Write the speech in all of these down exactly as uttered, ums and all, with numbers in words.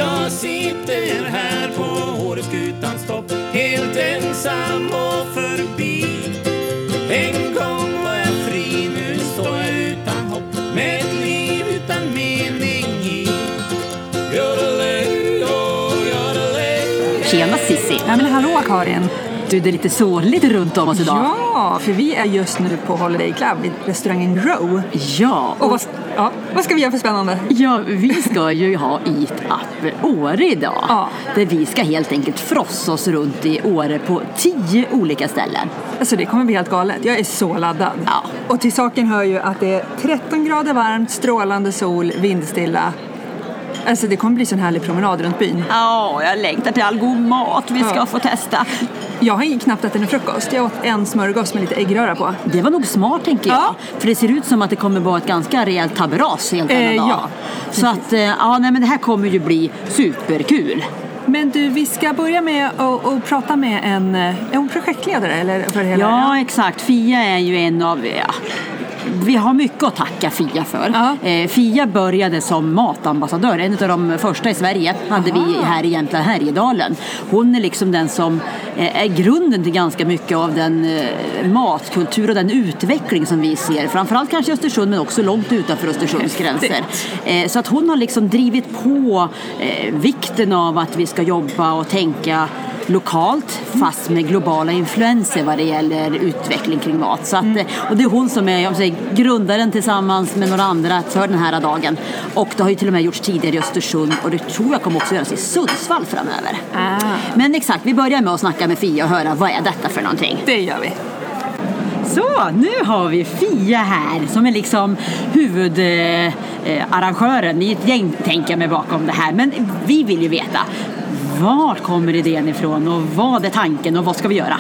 Jag sitter här på Åreskutans topp, helt ensam och förbi. En gång var jag fri, nu står jag utan hopp, med ett liv utan mening i. Yodelay, oh, yodelay. Tjena Sissi. Ja, men hallå Karin. Du, det är lite sårligt runt om oss idag. Ja, för vi är just nu på Holiday Club vid restaurangen Row. Ja. Och vad, ja, vad ska vi göra för spännande? Ja, vi ska ju ha Eat Up Åre idag. Ja. Där vi ska helt enkelt frossa oss runt i Åre på tio olika ställen. Alltså det kommer bli helt galet. Jag är så laddad. Ja. Och till saken hör ju att det är tretton grader varmt, strålande sol, vindstilla. Alltså det kommer bli sån härlig promenad runt byn. Ja, jag längtar till all god mat vi ska Ja. få testa. Jag har knappt ätit en frukost. Jag åt en smörgås med lite äggröra på. Det var nog smart, tänker jag. Ja. För det ser ut som att det kommer vara ett ganska rejält taberas helt denna Eh, dag. ja, Så att, eh, ja, nej, men det här kommer ju bli superkul. Men du, vi ska börja med att, att prata med en, en projektledare eller för hela. Ja, exakt. Fia är ju en av... Ja, vi har mycket att tacka Fia för. Ja. Eh, Fia började som matambassadör. En av de första i Sverige hade Aha. vi här i Jämtland, Härjedalen. Hon är liksom den som eh, är grunden till ganska mycket av den eh, matkultur och den utveckling som vi ser. Framförallt kanske i Östersund, men också långt utanför Östersunds gränser. Eh, så att hon har liksom drivit på eh, vikten av att vi ska jobba och tänka lokalt fast med globala influenser vad det gäller utveckling kring mat. Så att, mm. Och det är hon som är jag säger, grundaren tillsammans med några andra för den här dagen. Och det har ju till och med gjorts tidigare i Östersund och det tror jag kommer också göras i Sundsvall framöver. Ah. Men exakt, vi börjar med att snacka med Fia och höra vad är detta för någonting. Det gör vi. Så, nu har vi Fia här som är liksom huvudarrangören. Ni är ett gäng, tänker jag mig, bakom det här. Men vi vill ju veta, var kommer idén ifrån och vad är tanken och vad ska vi göra?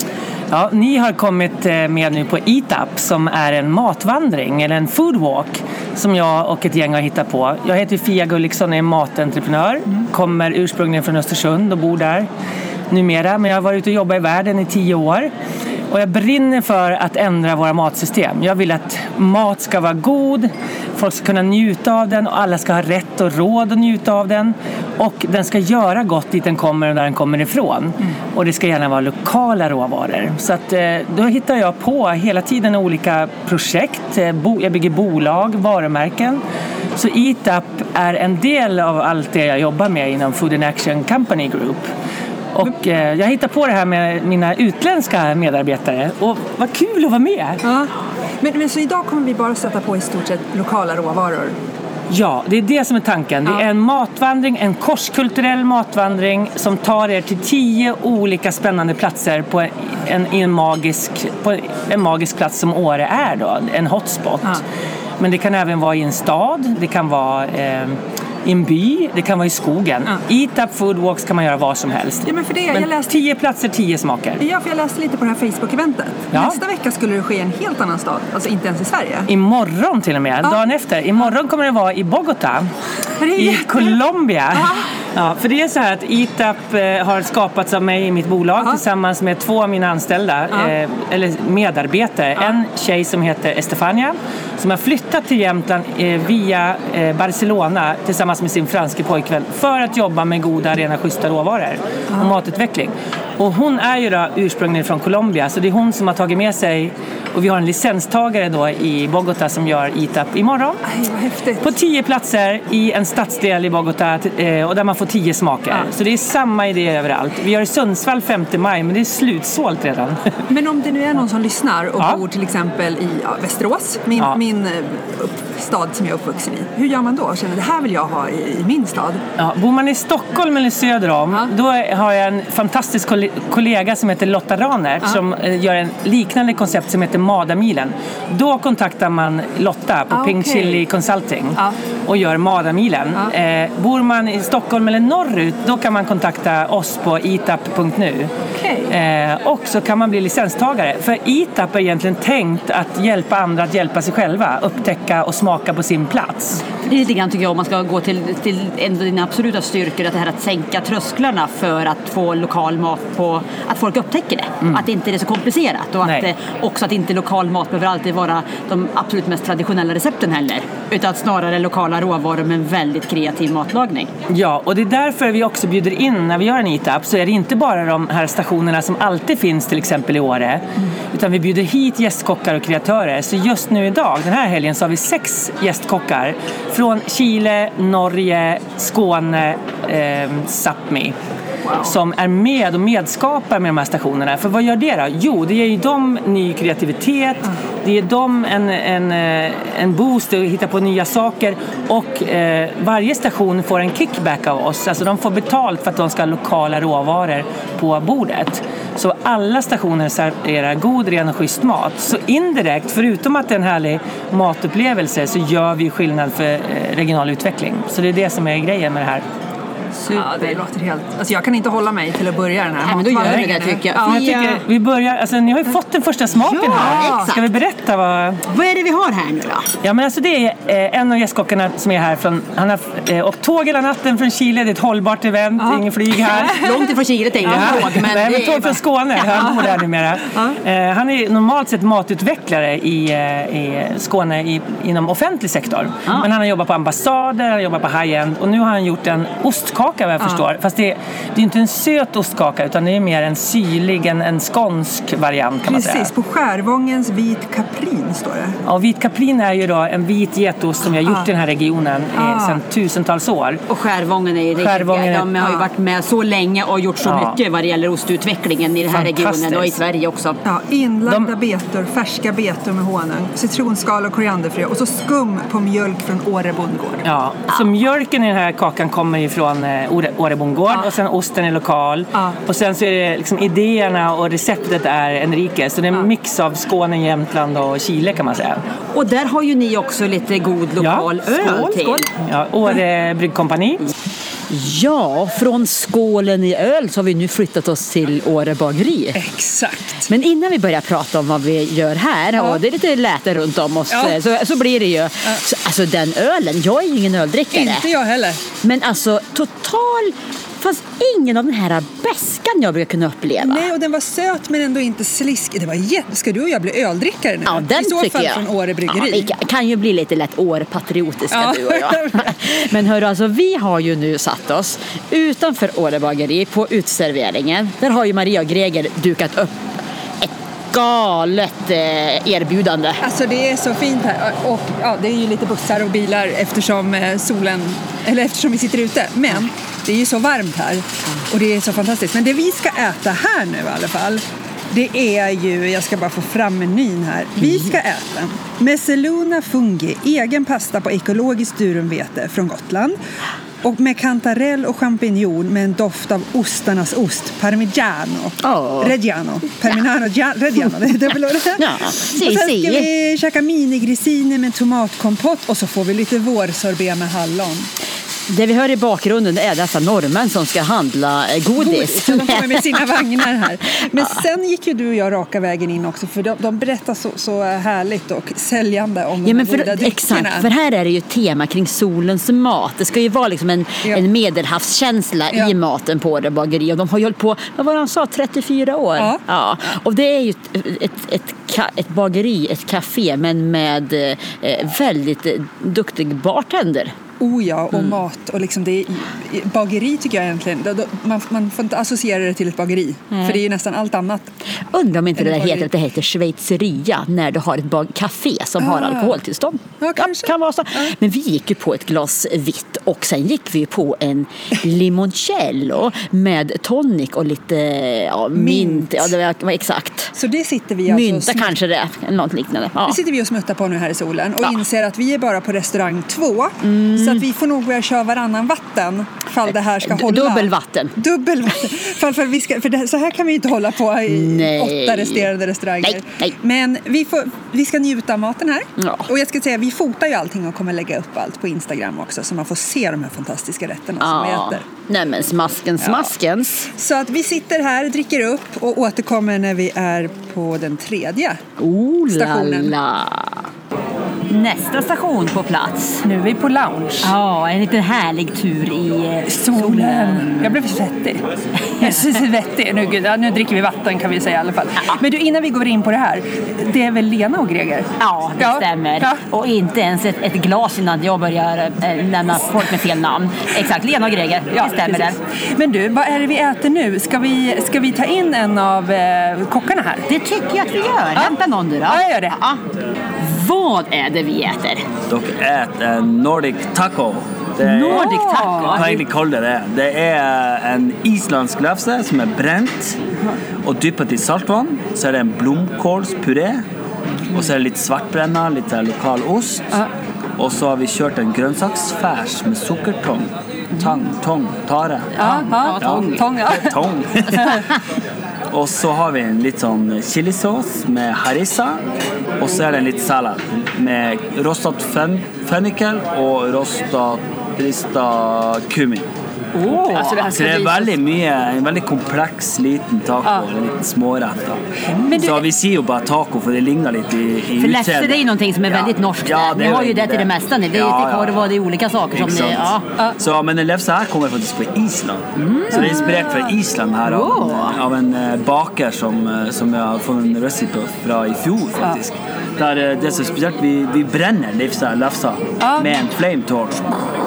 Ja, ni har kommit med nu på Eat Up som är en matvandring eller en foodwalk som jag och ett gäng har hittat på. Jag heter Fia Gulliksson och är matentreprenör. Mm. Kommer ursprungligen från Östersund och bor där numera. Men jag har varit ute och jobbat i världen i tio år. Och jag brinner för att ändra våra matsystem. Jag vill att mat ska vara god, folk ska kunna njuta av den och alla ska ha rätt och råd att njuta av den. Och den ska göra gott dit den kommer och där den kommer ifrån. Mm. Och det ska gärna vara lokala råvaror. Så att, då hittar jag på hela tiden olika projekt. Jag bygger bolag, varumärken. Så Eat Up är en del av allt det jag jobbar med inom Food in Action Company Group. Och eh, jag hittar på det här med mina utländska medarbetare. Och vad kul att vara med! Ja. Men, men så idag kommer vi bara sätta på i stort sett lokala råvaror? Ja, det är det som är tanken. Ja. Det är en matvandring, en korskulturell matvandring som tar er till tio olika spännande platser på en, en, magisk, på en magisk plats som Åre är då, en hotspot. Ja. Men det kan även vara i en stad, det kan vara... Eh, i en by, det kan vara i skogen. Ja. Eat Up Foodwalks kan man göra var som helst. Ja, men för det, men jag läste... tio platser, tio smaker. Ja, för jag läste lite på det här Facebook-eventet. Ja. Nästa vecka skulle det ske i en helt annan stad. Alltså inte ens i Sverige. Imorgon till och med, ja. Dagen efter. Imorgon kommer det vara i Bogotá. I jätte... Colombia. Ja. Ja, för det är så här att Eat Up eh, har skapats av mig i mitt bolag ja. tillsammans med två av mina anställda, ja. eh, eller medarbetare. Ja. En tjej som heter Estefania som har flyttat till Jämtland eh, via eh, Barcelona tillsammans med sin franska pojkvän för att jobba med goda, rena, schyssta råvaror ja. och matutveckling. Och hon är ju då ursprungligen från Colombia, så det är hon som har tagit med sig, och vi har en licenstagare då i Bogotá som gör Eat Up imorgon. Aj, vad häftigt. På tio platser i en stadsdel i Bogotá eh, och där man får tio smaker. Ja. Så det är samma idé överallt. Vi gör i Sundsvall femte maj, men det är slutsålt redan. Men om det nu är någon som lyssnar och ja. bor till exempel i ja, Västerås, min, ja. min upp, stad som jag är uppvuxen i. Hur gör man då? Känner det här vill jag ha i, i min stad? Ja, bor man i Stockholm eller söder om, ja. då har jag en fantastisk kollega som heter Lotta Ranert ja. som gör en liknande koncept som heter Madamilen. Då kontaktar man Lotta på ah, Pink okay. Chili Consulting ja. och gör Madamilen. Ja. Eh, bor man i Stockholm eller norrut, då kan man kontakta oss på eatup punkt nu. Okay. Eh, och så kan man bli licenstagare. För Eat Up är egentligen tänkt att hjälpa andra att hjälpa sig själva, upptäcka och smaka på sin plats. Det är lite grann tycker jag om man ska gå till, till en av dina absoluta styrkor, att det här att sänka trösklarna för att få lokal mat på, att folk upptäcker det. Mm. Att inte det är så komplicerat och att, eh, också att inte lokal mat behöver alltid vara de absolut mest traditionella recepten heller. Utan att snarare lokala råvaror med en väldigt kreativ matlagning. Ja, och det är därför vi också bjuder in när vi gör en Eat-up, så är det inte bara de här stationerna som alltid finns till exempel i Åre, mm. utan vi bjuder hit gästkockar och kreatörer. Så just nu idag, den här helgen, så har vi sex gästkockar från Chile, Norge, Skåne, eh, Sápmi. Wow. Som är med och medskapar med de här stationerna. För vad gör det då? Jo, det ger ju dem ny kreativitet. Mm. Det ger dem en, en, en boost att hitta på nya saker. Och eh, varje station får en kickback av oss. Alltså de får betalt för att de ska ha lokala råvaror på bordet. Så alla stationer serverar god, ren och schysst mat. Så indirekt, förutom att det är en härlig matupplevelse, så gör vi skillnad för eh, regional utveckling. Så det är det som är grejen med det här. Super. Ja, det låter helt... Alltså jag kan inte hålla mig till att börja den här. Nej, men då gör vi det, tycker jag. Ja. jag tycker, vi börjar, alltså ni har ju fått den första smaken ja, här. Exakt. Ska vi berätta vad... Vad är det vi har här nu då? Ja, men alltså det är eh, en av gästkockarna som är här från... Han har eh, åkt tåg hela natten från Chile. Det är ett hållbart event, ja. Ingen flyg här. Långt ifrån Chile tänkte jag. Ja. Men Nej, men tåg från Skåne. Ja. Han bor där numera. Ja. Eh, han är normalt sett matutvecklare i, eh, i Skåne i, inom offentlig sektor. Ja. Men han har jobbat på ambassader, han har jobbat på high-end. Och nu har han gjort en ostkaka, vad jag ja. förstår. Fast det, det är inte en söt ostkaka, utan det är mer en syrlig, en, en skånsk variant kan man säga. Precis, på Skärvångens vit kaprin står det. Ja, vit kaprin är ju då en vit getost som vi har gjort ah. i den här regionen ah. eh, sedan tusentals år. Och Skärvången är ju riktigt, Skärvången, de har ju varit med så länge och gjort så ja. mycket vad det gäller ostutvecklingen i den här regionen och i Sverige också. Ja, inlagda de... betor, färska betor med honung, citronskal och korianderfrö och så skum på mjölk från Åre bondgård. Ja, ja. Så mjölken i den här kakan kommer ifrån eh, Åre, Åre bondgård. Ja. Och sen osten är lokal. Ja. Och sen så är det liksom idéerna och receptet är Enrique. Så det är en ja. mix av Skåne, Jämtland och Chile kan man säga. Och där har ju ni också lite god lokal ja. öl skål, till. Skål. Ja, Åre bryggkompani. Ja, från skålen i öl så har vi nu flyttat oss till Åre bageri. Exakt. Men innan vi börjar prata om vad vi gör här, ja. och det är lite läte runt om oss, ja. så, så blir det ju. Ja. Så, alltså den ölen, jag är ju ingen öldrickare. Inte jag heller. Men alltså total... fanns ingen av den här bäskan jag brukar kunna uppleva. Nej, och den var söt men ändå inte slisk. Det var jätte... Ska du och jag bli öldrickare nu? Ja, den I så tycker fall jag. Från Åre bryggeri. Ja, det kan ju bli lite lätt Åre-patriotiska ja. du och jag. Men hörru, alltså vi har ju nu satt oss utanför Åre bageri på utserveringen. Där har ju Maria och Greger dukat upp ett galet eh, erbjudande. Alltså det är så fint här. Och ja, det är ju lite bussar och bilar eftersom eh, solen... Eller eftersom vi sitter ute. Men det är ju så varmt här. Och det är så fantastiskt. Men det vi ska äta här nu i alla fall, det är ju, jag ska bara få fram menyn här. Vi ska äta Messeluna fungi, egen pasta på ekologiskt durumvete från Gotland. Och med kantarell och champinjon med en doft av ostarnas ost. Parmigiano. Oh. Reggiano. Parmigiano. Ja. Reggiano. Det är dubbelordet. Ja, si, och sen ska si. vi käka minigrisiner med tomatkompott. Och så får vi lite vårsorbet med hallon. Det vi hör i bakgrunden är dessa norrmän som ska handla godis. godis. De kommer med sina vagnar här. Men ja. sen gick ju du och jag raka vägen in också. För de, de berättar så, så härligt och säljande om ja, de men goda för, dryckerna. Exakt, för här är det ju tema kring solens mat. Det ska ju vara liksom en, ja. en medelhavskänsla ja. i maten på det bageri. Och de har ju hållit på, vad var det han sa, trettiofyra år? Ja. ja. Och det är ju ett, ett, ett, ett bageri, ett café, men med eh, väldigt eh, duktig bartender. Oh ja, och mm. mat och liksom det är, bageri tycker jag egentligen, då, då, man, man får inte associera det till ett bageri, mm. för det är ju nästan allt annat. Undrar om inte det där heter att det heter schweizeria när du har ett bag- café som ah. har alkoholtillstånd. Ja, kanske. Ja, kan vara så. Ja. Men vi gick ju på ett glas vitt och sen gick vi på en limoncello med tonic och lite ja, mint. mint. Ja, det var exakt. Så det sitter vi alltså Mynta smutt- kanske det, något liknande. Ja. Det sitter vi och smuttar på nu här i solen och ja. inser att vi är bara på restaurang två. Mm. Så att vi får nog börja köra varannan vatten fall det här ska hålla. Dubbelvatten. Dubbelvatten. Fall, fall vi ska, för det, så här kan vi inte hålla på i nej. åtta resterande restauranger. Nej, nej. Men vi, får, vi ska njuta av maten här. Ja. Och jag ska säga, vi fotar ju allting och kommer lägga upp allt på Instagram också. Så man får se de här fantastiska rätterna ja. som vi äter. Nej men smasken, smaskens. Ja. Så att vi sitter här, dricker upp och återkommer när vi är på den tredje oh, stationen. Lala. nästa station på plats. Nu är vi på lounge. Ja, en liten härlig tur i eh, solen. Solen. Jag blev svettig. Jag är så svettig. Nu, gud, ja, nu dricker vi vatten kan vi säga i alla fall. Ja. Men du, innan vi går in på det här. Det är väl Lena och Greger? Ja, det Ja. stämmer. Ja. Och inte ens ett, ett glas innan jag börjar äh, nämna folk med fel namn. Exakt, Lena och Greger. Ja, det stämmer precis. det. Men du, vad är det vi äter nu? Ska vi, ska vi ta in en av eh, kockarna här? Det tycker jag att vi gör. Hämta någon du då. Ja, jag gör det. Ja. Vad är det vi äter? Dere äter en Nordic taco. Det er, Nordic taco. Hva egentlig kaller det det? Det er en islandsk lefse som er brent og dyppet i saltvann. Så er det en blomkålspuré, og så er det litt svartbrenna, litt lokal ost. Og så har vi kjørt en grønnsaksfærs med sukkertong. Tang, tong, tare. Ja, ja, tong. tong, ja. Tong. Og så har vi en litt sånn chilisås med harissa. Og så er det en litt salad med rostat fen- fennikel og rostat rista kummin. Oh, alltså det här Så ska det är bli väldigt mycket, en väldigt komplex liten taco, Ja. en liten smårätt. Men du- Så vi ser ju bara taco för det lignar lite i, i För läfse, det är ju någonting som är Ja. väldigt norskt. Ja, Ni är har ju väl det till det mesta. Det är Ja, lite ja. korv och det är olika saker som Exakt. ni... Ja. Ja. Så, men den lefsa här kommer faktiskt från Island. Så det är inspirerat från Island här av, Oh. av en eh, baker som, eh, som jag har fått en recipe från i fjol faktiskt. Där eh, det som är speciellt, vi, vi bränner lefsa, lefsa Ja. med en flame torch.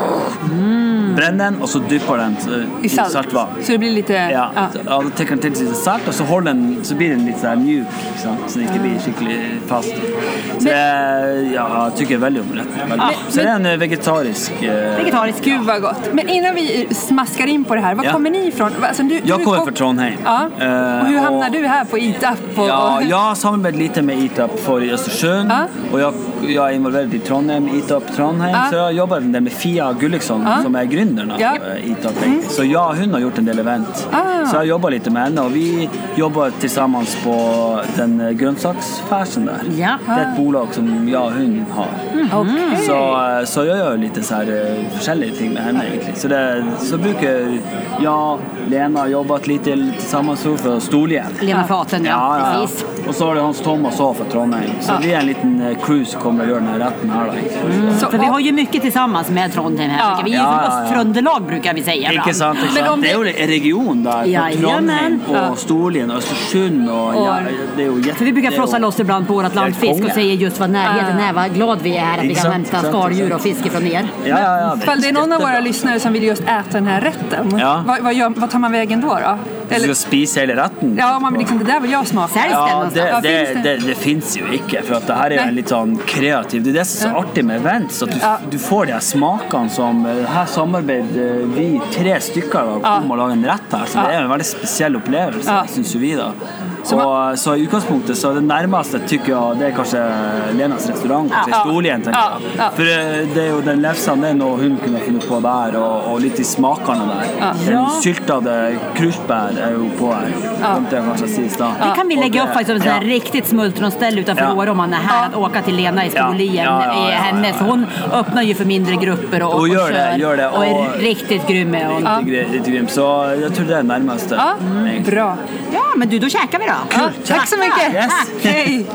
Bränner den och så dyppar den eh, i salt. saltvatten. Så det blir lite... Ja, ja. Då täcker den till sig lite salt och så håller den, så blir den lite så här mjuk, liksom, så den inte blir skickligt fast. Så det, ja, jag tycker väldigt om det. Ja, Så det är en eh, vegetarisk... Eh, Vegetarisk. Gud vad gott. Men innan vi smaskar in på det här, var Ja. kommer ni ifrån? Alltså, du, jag du kommer kom- från Trondheim. Ja. Eh, Och hur hamnar och- du här på Eat Up? Och, Ja, och... jag har samarbetat lite med Eat Up för i Östersund Ja. och jag, jag är involverad i Trondheim, Eat Up Trondheim, Ja. så jag jobbar där med Fia Gulliksson Ja. som är grundaren av Ja. eh, Eat Up. Mm. Så jag och hon har gjort en del event. Ah. Så jag jobbar lite med henne och vi jobbar tillsammans på den eh, grönsaksfärsen där. Ja. Det är ett bolag som jag och hon har. Okej. Så, eh, så jag gör lite så här eh, olika ting med henne egentligen. Så, det, så brukar jag och Lena jobbat lite tillsammans för Storlien. Lena Faten, ja. Ja, ja. Precis. Och så har det Hans Thomas och för Trondheim. Så Ja. vi är en liten eh, crew som kommer att göra den här rätten här då. Så, För vi har ju mycket tillsammans med Trondheim här. Ja. Vi är ju Ja, från ja, ja. Östtröndelag brukar vi säga. Inte sant, inte Men om sant. Det det- är ju en region där. Jajamän. Trondheim och Ja. Storlien och Östersund och, Och- ja, det är ju jätte... För vi brukar det är ju- frossa loss ibland på vårt land fisk och säger just vad närheten är. Vad glad vi är att vi kan Exakt, hämta exakt, skaldjur exakt. och fisk ifrån er. Ja, ja, ja. Ifall det är någon av våra jättebra. lyssnare som vill just äta den här rätten, Ja. vad, vad, gör, vad tar man vägen då? då? Du ska spisa hela rätten. ja, man vill liksom, det där vill jag smaka. Säljs det Ja, någonstans? det, Ja, det, finns det, det? det finns ju inte, för att det här är Nej. en lite sån kreativ. Det är det som är så Ja. artigt med event, så att du, Ja. du får de här smakerna som eh, här samarbetade vi tre stycken och Ja. kom och lagade en rätt här, så Ja. det är en väldigt speciell upplevelse, Ja. syns ju vi då. Så Så, så i utgångspunktet så det närmaste tycker jag det är kanske Lenas restaurang, kanske Ja. i Storlien, tänker Ja. jag. Ja. För det, det är ju den lefsan, det är nog hon kunde ha funnit på där och, och lite i smakerna där. Ja. Den Ja. syltade krusbär är ju på här. Ja. Inte jag kanske sist då. Det kan vi Och lägga det- upp faktiskt som ett ja. ja. riktigt smultronställe utanför Ja. Åre om man är här att åka till Lena i Ja. Storlien. Ja, ja, ja, är henne. ja. För hon öppnar ju för mindre grupper och, Och gör det, kör. gör det. Och är Och- riktigt grym med. Och... Lite, gre- lite grymt. Så jag tror det är närmaste. Ja, Nej. bra. Ja, men du, då käkar vi då. Ja, tack så mycket. Yes. Hej.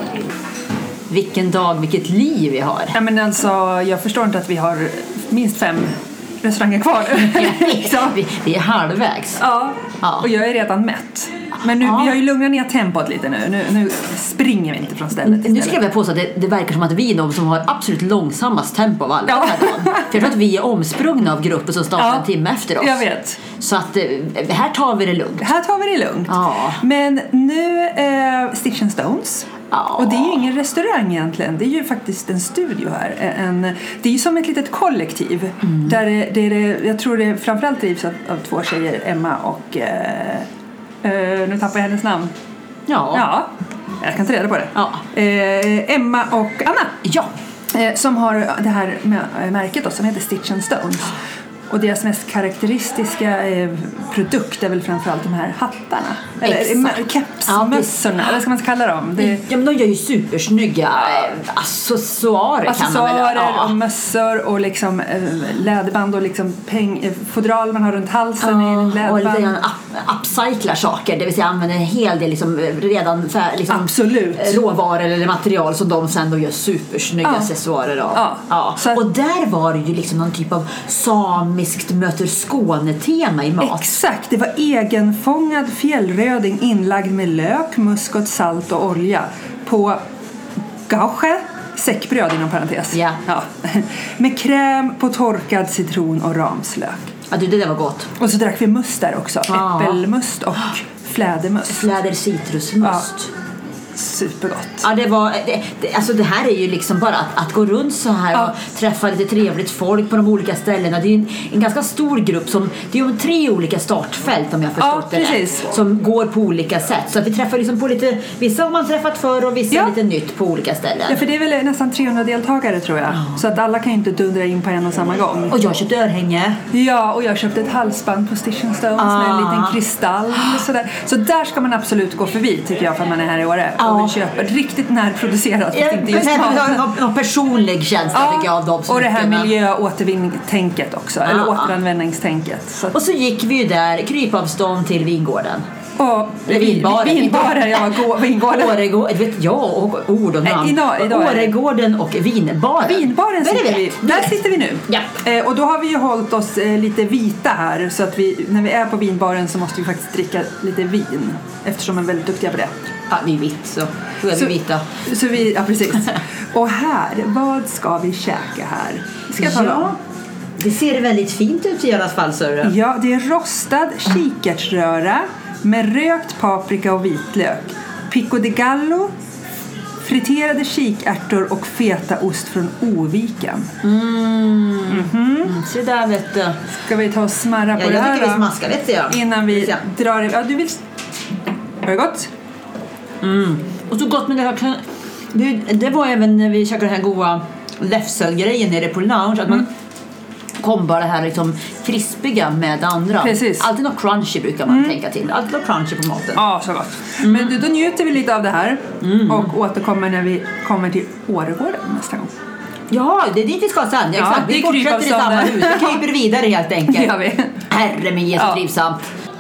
Vilken dag, vilket liv vi har. Ja, men alltså, jag förstår inte att vi har minst fem restauranger kvar. liksom. vi, vi är halvvägs. Ja, Ja. och jag är redan mätt. Men nu, Ja. vi har ju lugnat ner tempot lite nu. Nu, nu springer vi inte från stället till Nu stället. skulle jag vilja påstå att det, det verkar som att vi är de som har absolut långsammast tempo av alla. Ja. den här dagen. För jag tror att vi är omsprungna av grupper som startar Ja. en timme efter oss. Jag vet. Så att eh, här tar vi det lugnt. Här tar vi det lugnt. Ja. Men nu, eh, Sticks and Stones. Ja. Och det är ju ingen restaurang egentligen. Det är ju faktiskt en studio här. En, det är ju som ett litet kollektiv. Mm. Där det, det är det, jag tror det framförallt drivs av, av två tjejer, Emma och... Eh, eh, nu tappar jag hennes namn. Ja. Ja, jag kan ta reda på det. Ja. Eh, Emma och Anna. Ja. Eh, som har det här med- märket då, som heter Stitch and Stones. Och deras mest karaktäristiska eh, produkt är väl framförallt de här hattarna. Eller Exakt. kepsmössorna, eller vad ska man kalla dem? Det är Ja, men de gör ju supersnygga eh, accessoarer kan man väl accessoarer ja. och mössor och liksom eh, läderband och liksom peng, eh, fodral man har runt halsen i Ja, och lite läderband. grann app- upcyclar saker, det vill säga använder en hel del liksom, redan för, liksom, Absolut. råvaror eller material som de sen då gör supersnygga Ja. accessoarer av. Ja. Ja. Så att- Och där var det ju liksom någon typ av samiskt möter Skåne-tema i mat. Exakt, det var egenfångad fjällröding inlagd med lök, muskot, salt och olja på gauche, säckbröd inom parentes. Ja. Ja. Med kräm på torkad citron och ramslök. Ja, du, det där var gott. Och så drack vi must där också. Ja. Äppelmust och flädermust. Fläder citrusmust. Supergott. Ja, det var det, det, alltså det här är ju liksom bara att, att gå runt så här Ja. och träffa lite trevligt folk på de olika ställena. Det är en, en ganska stor grupp som, det är ju tre olika startfält om jag har förstått Ja, det precis. rätt, som går på olika sätt. Så att vi träffar liksom på lite, vissa har man träffat förr och vissa Ja. lite nytt på olika ställen. Ja, för det är väl nästan trehundra deltagare tror jag. Så att alla kan ju inte dundra in på en och samma gång. Och jag köpte örhänge. Ja, och jag köpte ett halsband på Station Stones Ah. med en liten kristall. Och sådär. Så där ska man absolut gå förbi tycker jag för att man är här i Åre. Ja. Och vill köpa riktigt närproducerat. Ja, Inte just jag mat. har någon, någon personlig känsla Ja, tycker jag av dem och det här smyckena. miljöåtervinningstänket också. Eller Ah. återanvändningstänket. Så att, Och så gick vi ju där, krypavstånd till vingården. och Eller vinbaren. Vinbaren, ja. gå- Vingården. Åregården, vet jag, och ord och Nej, namn. idag- idag är det- Åregården och vinbaren. Vinbaren Där är sitter vi. rätt. Där sitter vi nu. Ja. Eh, och då har vi ju hållit oss eh, lite vita här. Så att vi, när vi är på vinbaren så måste vi faktiskt dricka lite vin. Eftersom vi är väldigt duktiga på det. Ja, vi är vitt så då är vi Så- vita. Så vi, ja precis. Och här, vad ska vi käka här? Ska jag tala om? Ja, det ser väldigt fint ut i alla fall, så du. Ja, det är rostad kikärtsröra med rökt paprika och vitlök. Pico de gallo, friterade kikärtor och fetaost från Oviken. Mm, så där vet du. Ska vi ta och smarra på Ja, det jag här tycker vi då? smaskar lite, ja. Innan vi Ja. drar i... Ja, du vill... Har det gått? Och så gott med det här. Det, det var även när vi käkade den här goda läfselgrejen nere på lounge. Att man kom bara det här liksom krispiga med det andra. Precis. Alltid något crunchy brukar man tänka till. Alltid något crunchy på maten. Ja, så gott. Men du, då njuter vi lite av det här. Och återkommer när vi kommer till Åregården nästa gång. Ja, det är dit vi ska sen. Ja, exakt. det Vi är fortsätter i samma krypavstånd. hus. Vi kryper vidare helt enkelt. Det gör vi. Herre min Jesus, Ja. trivsamt.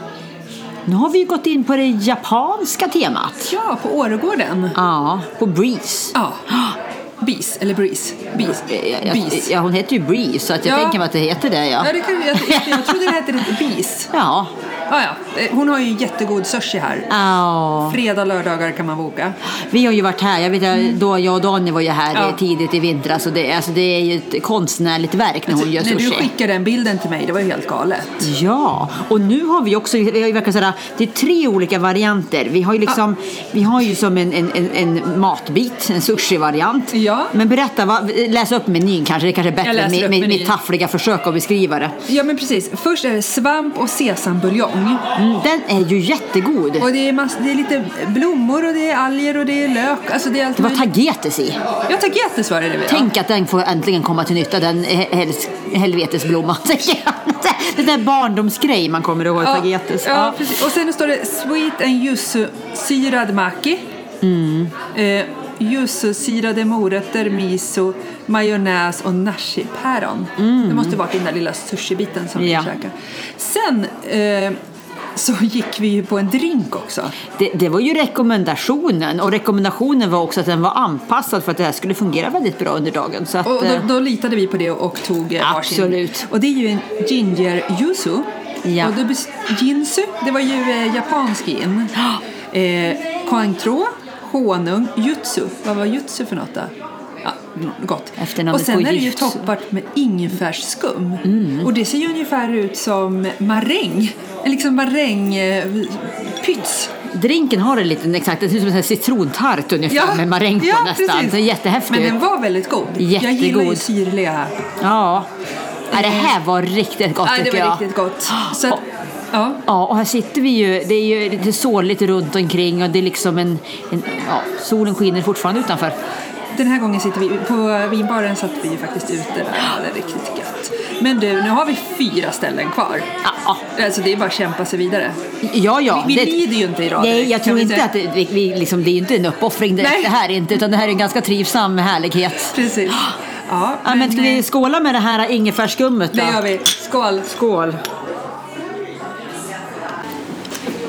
Nu har vi ju gått in på det japanska temat. Ja, på Åregården. Ja, på Breeze. Ja. Bees, eller Breeze. Bees. Jag, jag, Bees. ja, hon heter ju Breeze, så att jag Ja. tänker mig att det heter det, ja. Ja, det kan, jag, jag, jag trodde det hette Bees. Ja. Ja, ja. Hon har ju jättegod sushi här. Ja. Fredag, lördagar kan man boka. Vi har ju varit här, jag vet att då jag och Daniel var ju här Ja. eh, tidigt i vintras, och det, alltså, det är ju ett konstnärligt verk när hon gör När du sushi. skickade den bilden till mig, det var ju helt galet. Ja, och nu har vi också, vi har ju verkligen sådär, det är tre olika varianter. Vi har ju liksom, vi har ju som en, en, en, en matbit, en sushi-variant. Ja. Men berätta, vad, läs upp menyn kanske, det kanske är Jag bättre läser med, upp med menyn. mitt taffliga försök att beskriva det. Ja, men precis. Först är det svamp och sesambuljong. Mm, den är ju jättegod. Och det är, mass, det är lite blommor och det är alger och det är lök. Alltså det är allt Det var möjligt. tagetes i. Ja, tagetes var det det. Tänk att den får äntligen komma till nytta, den hel- helvetesblomman. Det där barndomsgrej man kommer ihåg, tagetes. Ja, Ja. precis. Och sen står det sweet and yuzu syrad maki. Mm. Eh, yuzu syrade morötter, miso, majonnäs och nashi-päron. Det måste varit den där lilla sushi-biten som Mm. Ja. vi käkade. Sen eh, så gick vi ju på en drink också. Det, det var ju rekommendationen, och rekommendationen var också att den var anpassad för att det här skulle fungera väldigt bra under dagen. Så att, Och eh, då, då litade vi på det och tog eh, varsin. Absolut. Och det är ju en ginger yuzu. Ja. Och då bes- ginsu, det var ju eh, japansk gin. Eh, Cointreau, honung, jutsu. Vad var jutsu för något då? Ja, mm, gott. Efternamnet Och sen på är det ju gift. toppat med ingefärsskum. Och det ser ju ungefär ut som maräng. En liksom marängpyts. drinken har en liten, exakt, det ser ut som en citrontart ungefär med maräng på ja, nästan. precis. Det är jättehäftigt. Men den var väldigt god. Jag gillar ju Jättegod. syrliga. Ja. Ja, det här var riktigt gott, Ja, det tycker var jag. riktigt gott. Så att, ja. Ja, och här sitter vi ju, det är ju lite såligt runt omkring, och det är liksom en, en ja, solen skiner fortfarande utanför. Den här gången sitter vi på vinbaren, satt vi ju faktiskt ute där. Ja, det är riktigt gött. Men du, nu har vi fyra ställen kvar. Ja, Alltså det är bara att kämpa sig vidare. ja, ja. Vi, vi det, lider ju inte i rad. Nej, direkt, jag kan tror vi inte säga. att det, vi, vi, liksom, det är inte en uppoffring direkt, Nej. det här inte, utan det här är en ganska trivsam härlighet. Precis. Ja, Ja, men ska vi skåla med det här ingefärsskummet då? det gör vi. Skål. Skål.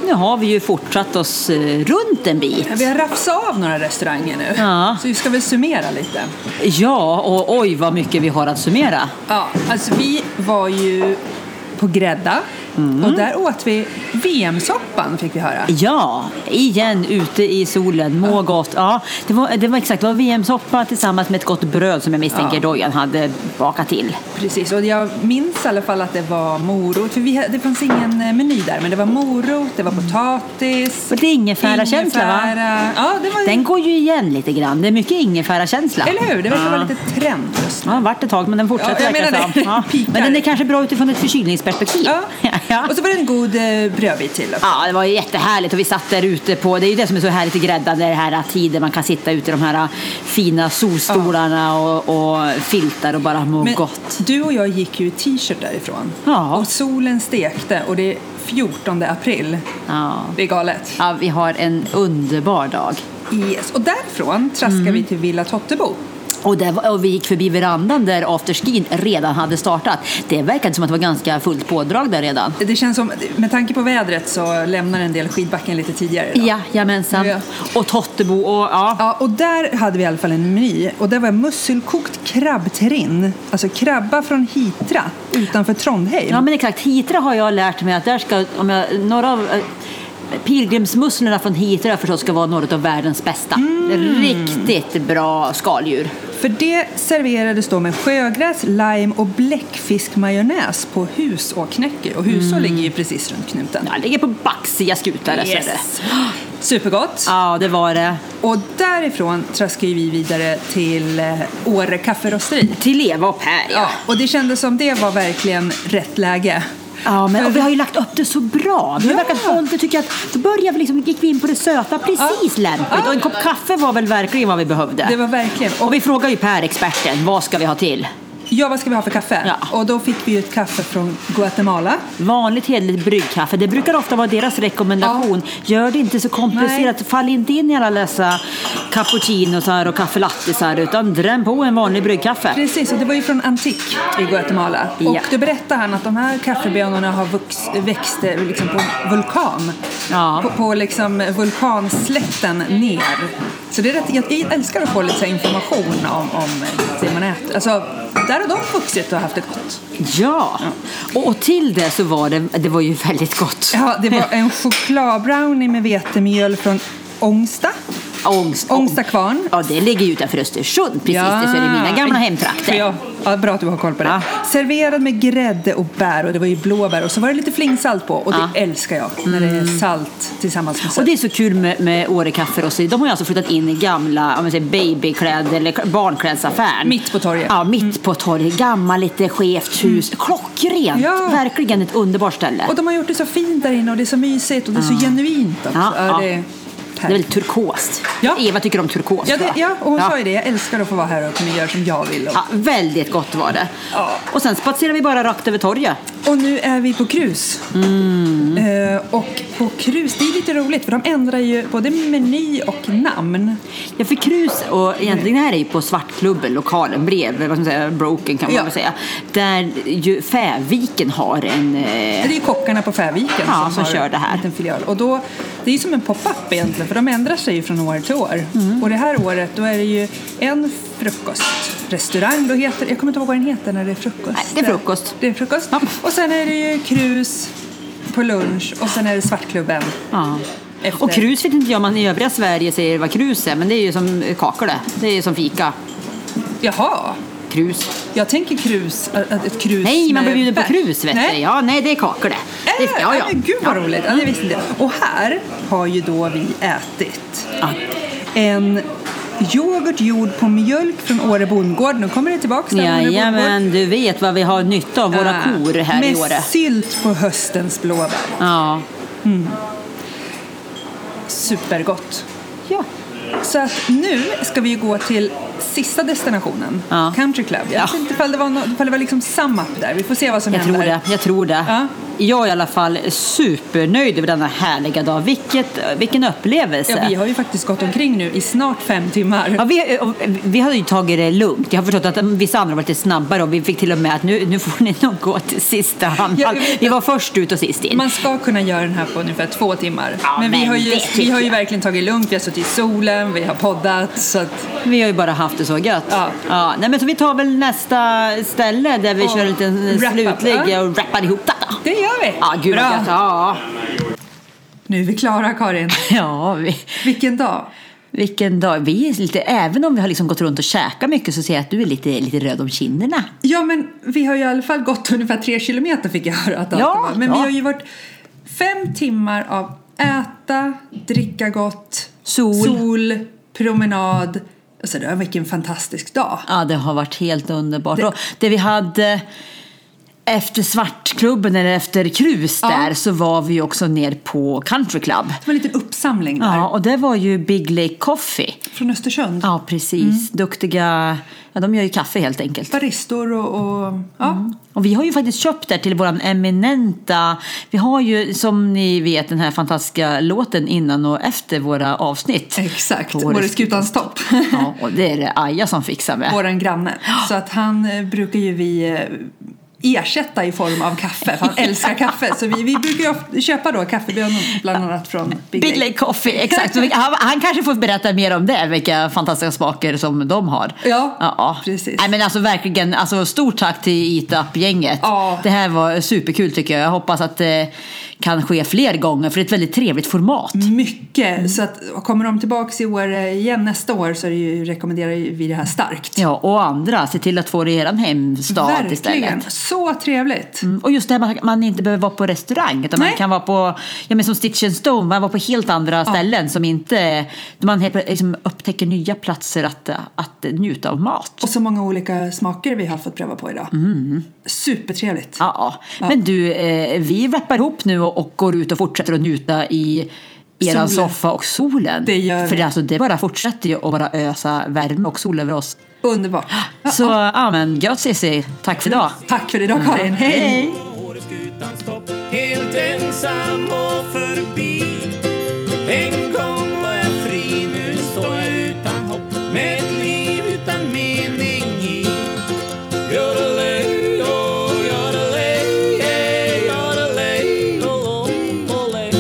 nu har vi ju fortsatt oss eh, runt en bit. Ja, vi har rafsat av några restauranger nu. Ja. Så vi ska väl summera lite. Ja, och oj vad mycket vi har att summera. Ja, alltså vi var ju på Grädda. Mm. Och där åt vi V M-soppan, fick vi höra. Ja, igen ute i solen, må gott. Ja, det var, det var exakt, det var V M-soppa tillsammans med ett gott bröd som jag misstänker ja. Dojan hade bakat till. Precis, och jag minns i alla fall att det var morot. För vi, det fanns ingen meny där, men det var morot, det var potatis. Och det är ingefära-känsla, va? Ja, det var... Den går ju igen lite grann. Det är mycket ingefära-känsla. Eller hur? Det verkar ja. vara lite trend just nu. Ja, vart ett tag, men den fortsätter ja, verkar som. Ja. Men den är kanske bra utifrån ett förkylningsperspektiv. Ja. Ja. Och så var det en god eh, brödbit till också. Ja, det var jättehärligt och vi satt där ute på, det är ju det som är så härligt i Grädda, det här tiden man kan sitta ute i de här fina solstolarna ja. och, och filtar och bara må Men gott. Du och jag gick ju i t-shirt därifrån. Ja. Och solen stekte och det är fjortonde april. Ja. Det är galet. Ja, vi har en underbar dag. Yes. Och därifrån traskar mm. vi till Villa Tottebo. Och, där, och vi gick förbi verandan där afterskin redan hade startat. Det verkade som att det var ganska fullt pådrag där redan. Det känns som, med tanke på vädret så lämnar en del skidbacken lite tidigare idag. Ja, jamensan. Ja. Och Tottebo och ja. Ja, och där hade vi i alla fall en meny. Och det var musselkokt krabbterrin. Alltså krabba från Hitra utanför Trondheim. Ja, men exakt. Hitra har jag lärt mig att där ska, om jag, några av pilgrimsmusslorna från Hitra förstås ska vara några av världens bästa. Mm. Riktigt bra skaldjur. För det serverades då med sjögräs, lime och bläckfiskmajonnäs på Husåknäcke. Och Huså mm. ligger ju precis runt knuten. Ja, ligger på Baxiga skutar. Yes. Supergott. Ja, det var det. Och därifrån traskar vi vidare till Åre kafferosteri. Till Eva och Per, ja. ja. Och det kändes som det var verkligen rätt läge. Ja, men och vi har ju lagt upp det så bra. Vi har ja. verkat hållt, tycker jag, att då började vi liksom, gick vi in på det söta precis ja. lämpligt. Ja. Och en kopp kaffe var väl verkligen vad vi behövde. Det var verkligen. Och, och vi frågar ju Per, experten, vad ska vi ha till? Ja, vad ska vi ha för kaffe? Ja. Och då fick vi ett kaffe från Guatemala. Vanligt hederligt bryggkaffe. Det brukar ofta vara deras rekommendation. Ja. Gör det inte så komplicerat. Nej. Fall inte in i alla dessa cappuccinos och kaffelattisar, utan dräm på en vanlig bryggkaffe. Precis, och det var ju från Antik i Guatemala. Ja. Och då berättade han att de här kaffebönorna har vux, växt liksom på vulkan. Ja. På, på liksom vulkanslätten ner. Så det är rätt, jag älskar att få lite information om, om det man äter. Alltså, där har de vuxit och haft det gott. Ja, ja. Och, och till det så var det, det var ju väldigt gott. Ja, det var en chokladbrownie med vetemjöl från Ångsta. Ångsta. Ångsta kvarn. Ja, det ligger ju utanför Östersund. Precis, ja. Det så är det mina gamla hemtrakter. Ja, ja, bra att du har koll på det. Ja. Serverad med grädde och bär, och det var ju blåbär. Och så var det lite flingsalt på, och det ja. älskar jag. När det är salt tillsammans med salt. Och det är så kul med, med Åre kafferosteri. De har ju alltså flyttat in i gamla, om man säger babykläder eller barnklädsaffären. Mitt på torget. Ja, mitt mm. på torget. Gammal, lite skevt hus. Mm. Klockrent. Ja. Verkligen ett underbart ställe. Och de har gjort det så fint där inne, och det är så mysigt och det är så ja. genuint också. Ja, ja. Det Det är väl turkost. Ja. Eva tycker om turkost. Ja, det, ja och hon ja. sa ju det. Jag älskar att få vara här och kunna göra som jag vill. Och... Ja, väldigt gott var det. Ja. Och sen spatserar vi bara rakt över torget. Och nu är vi på krus. Mm. Uh, och på krus, det är lite roligt, för de ändrar ju både meny och namn. Ja, för krus, och egentligen det här är ju på Svartklubben, lokalen bredvid, vad ska man säga, Broken kan man ja. väl säga. Där ju Fäviken har en... Eh... Det är ju kockarna på Fäviken ja, som, som har kör det här. En filial. Och då, det är ju som en pop-up egentligen, för de ändrar sig ju från år till år. Mm. Och det här året, då är det ju en frukostrestaurang. Då heter, jag kommer inte ihåg vad den heter när det är frukost. Nej, det är frukost. Det är frukost. Ja. Och sen är det ju krus på lunch, och sen är det Svartklubben. Ja. Efter. Och krus vet inte jag, man i övriga Sverige säger vad krus är, men det är ju som kakor det. Det är ju som fika. Jaha. Krus. Jag tänker krus, ett krus. Nej, man bjuder på krus, vet du. Ja, nej, det är kakor det. Äh, det ja, ja. Men gud vad roligt. Ja, det visste inte. Och här har ju då vi ätit ja. en yoghurt gjord på mjölk från Åre bondgård. Nu kommer det tillbaka. Ja, ja, men du vet vad vi har nytta av våra ja. kor här med i Åre. Med sylt på höstens blåbär. Ja. Mm. Supergott. Ja. Så att nu ska vi gå till sista destinationen, Ja. Country Club. Jag Ja. vet inte ifall det var, no- ifall det var liksom sum up där. Vi får se vad som Jag händer. tror det, jag tror det. Ja. Jag är i alla fall supernöjd över denna härliga dag. Vilket, vilken upplevelse. Ja, vi har ju faktiskt gått omkring nu i snart fem timmar. Ja, vi, och vi hade ju tagit det lugnt. Jag har förstått att vissa andra var lite snabbare och vi fick till och med att nu, nu får ni nog gå till sista hand. Ja, jag vet. Vi var först ut och sist in. Man ska kunna göra den här på ungefär två timmar. Ja, men vi men har ju, det vi tycker har ju jag. verkligen tagit lugnt. Vi har suttit i solen, vi har poddat. Så att, Vi har ju bara haft det så gött. Ja. Ja, nej, men så vi tar väl nästa ställe där vi Och kör en liten wrap up, slutlig ja. och rappar ihop detta. det gör vi. Ja, gud vad Bra. gött. Ja. Nu är vi klara, Karin. Ja, vi, Vilken dag. vilken dag. Vi är lite, även om vi har liksom gått runt och käkat mycket så ser jag att du är lite, lite röd om kinderna. Ja, men vi har ju i alla fall gått ungefär tre kilometer fick jag höra att allt Ja, var. Men ja. vi har ju varit fem timmar av äta, dricka gott, Sol. sol promenad. Alltså det var vilken fantastisk dag. Ja, det har varit helt underbart. Det- Och det vi hade efter Svartklubben eller efter Krus Ja. där så var vi också ner på Country Club. Det var en liten uppsamling där. Ja, och det var ju Big Lake Coffee. Från Östersund. Ja, precis. Duktiga, ja, de gör ju kaffe helt enkelt. Baristor och, och ja. Och vi har ju faktiskt köpt där till våran eminenta, vi har ju som ni vet den här fantastiska låten innan och efter våra avsnitt. Exakt, På Årets Skutans topp. Ja, och det är det Aja som fixar med. Våran granne. Så att han eh, brukar ju vi eh, ersätta i form av kaffe, för han älskar kaffe. Så vi, vi brukar ju ofta köpa då kaffebönor bland annat från Big, Big Lake Coffee, exakt. Så vi, han, han kanske får berätta mer om det, vilka fantastiska smaker som de har. Ja, ja. precis. Nej, men alltså verkligen, alltså, stort tack till Eat Up-gänget. Ja. Det här var superkul tycker jag. Jag hoppas att det kan ske fler gånger, för det är ett väldigt trevligt format. Mycket. Så att kommer de tillbaka i år eh, igen nästa år så är det ju, rekommenderar vi det här starkt. Ja, och andra, se till att få det i er hemstad Verkligen. istället. Så trevligt. Mm, och just det här med att man inte behöver vara på restaurang utan man Nej. kan vara på, ja men som Stitch and Stone, man var på helt andra ställen som inte, man helt plötsligt liksom upptäcker nya platser att, att njuta av mat. Och så många olika smaker vi har fått pröva på idag. Supertrevligt. Ja, men du, eh, vi rappar ihop nu och, och går ut och fortsätter att njuta i eran Solen. soffa och solen. Det gör vi. För det, alltså, det bara fortsätter ju att bara ösa värme och sol över oss. Underbart. Ja, Så ja, men gött Cissi, tack för idag. tack för idag, Karin. Hej! Hej! Åreskutans topp, helt ensam och förbi. En gång var jag fri, nu står jag utan hopp, med ett liv utan mening i. Yodelay, oh, yodelay, hey, yodelay, oh, oh, olay.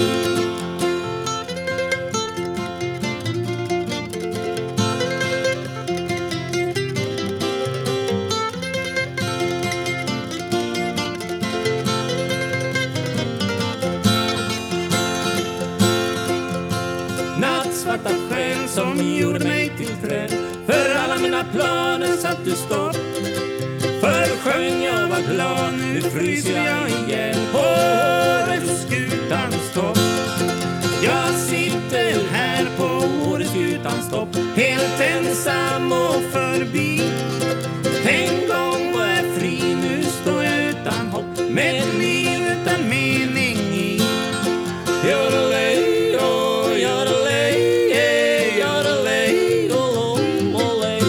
Nattsvarta sken som gjorde mig till träd. För alla mina planer satt du stopp. För sjön jag var glad, nu fryser jag igen på Åreskutans topp. Jag sitter här på Åreskutans topp, helt ensam och förbi. En gång var jag fri, nu står jag utan hopp, med ett liv utan mening i. Yodelay, oh, yodelay, hey, yodelay, oh, oh, olay.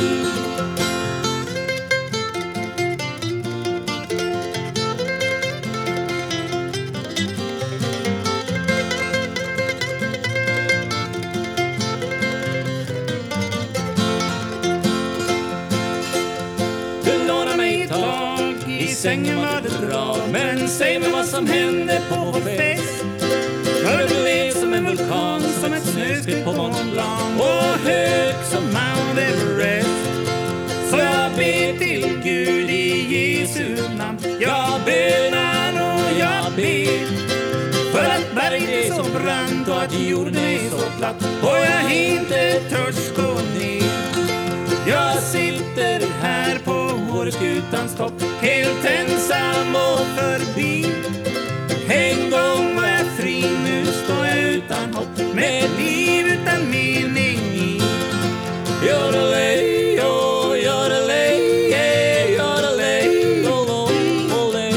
Du lånade mig ett tag, i sängen var det bra. Men säg mig vad som hände på vår fest. För du blev som en vulkan, som ett snöskred på Mont Blanc och hög som Mount Everest. Så jag ber till Gud i Jesu namn. Jag bönar och jag ber, för att berget är så brant och att jorden är så platt och jag inte törs gå ner. Jag sitter här på Åreskutans topp, helt ensam och förbi. En gång var jag fri, nu står jag utan hopp, med ett liv utan mening i. Yodelay, oh, yodelay, hey, yodelay, oh, oh, olay.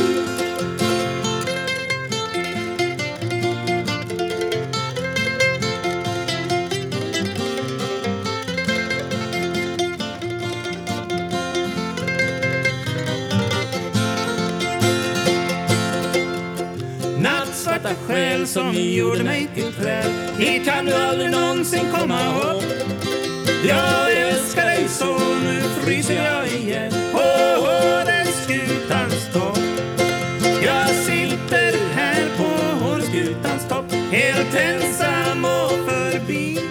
själ som gjorde mig till träd. Hit kan du aldrig någonsin komma upp. Jag älskar dig så, nu fryser jag igen på Åreskutans topp. Jag sitter här på Åreskutans topp, helt ensam och förbi.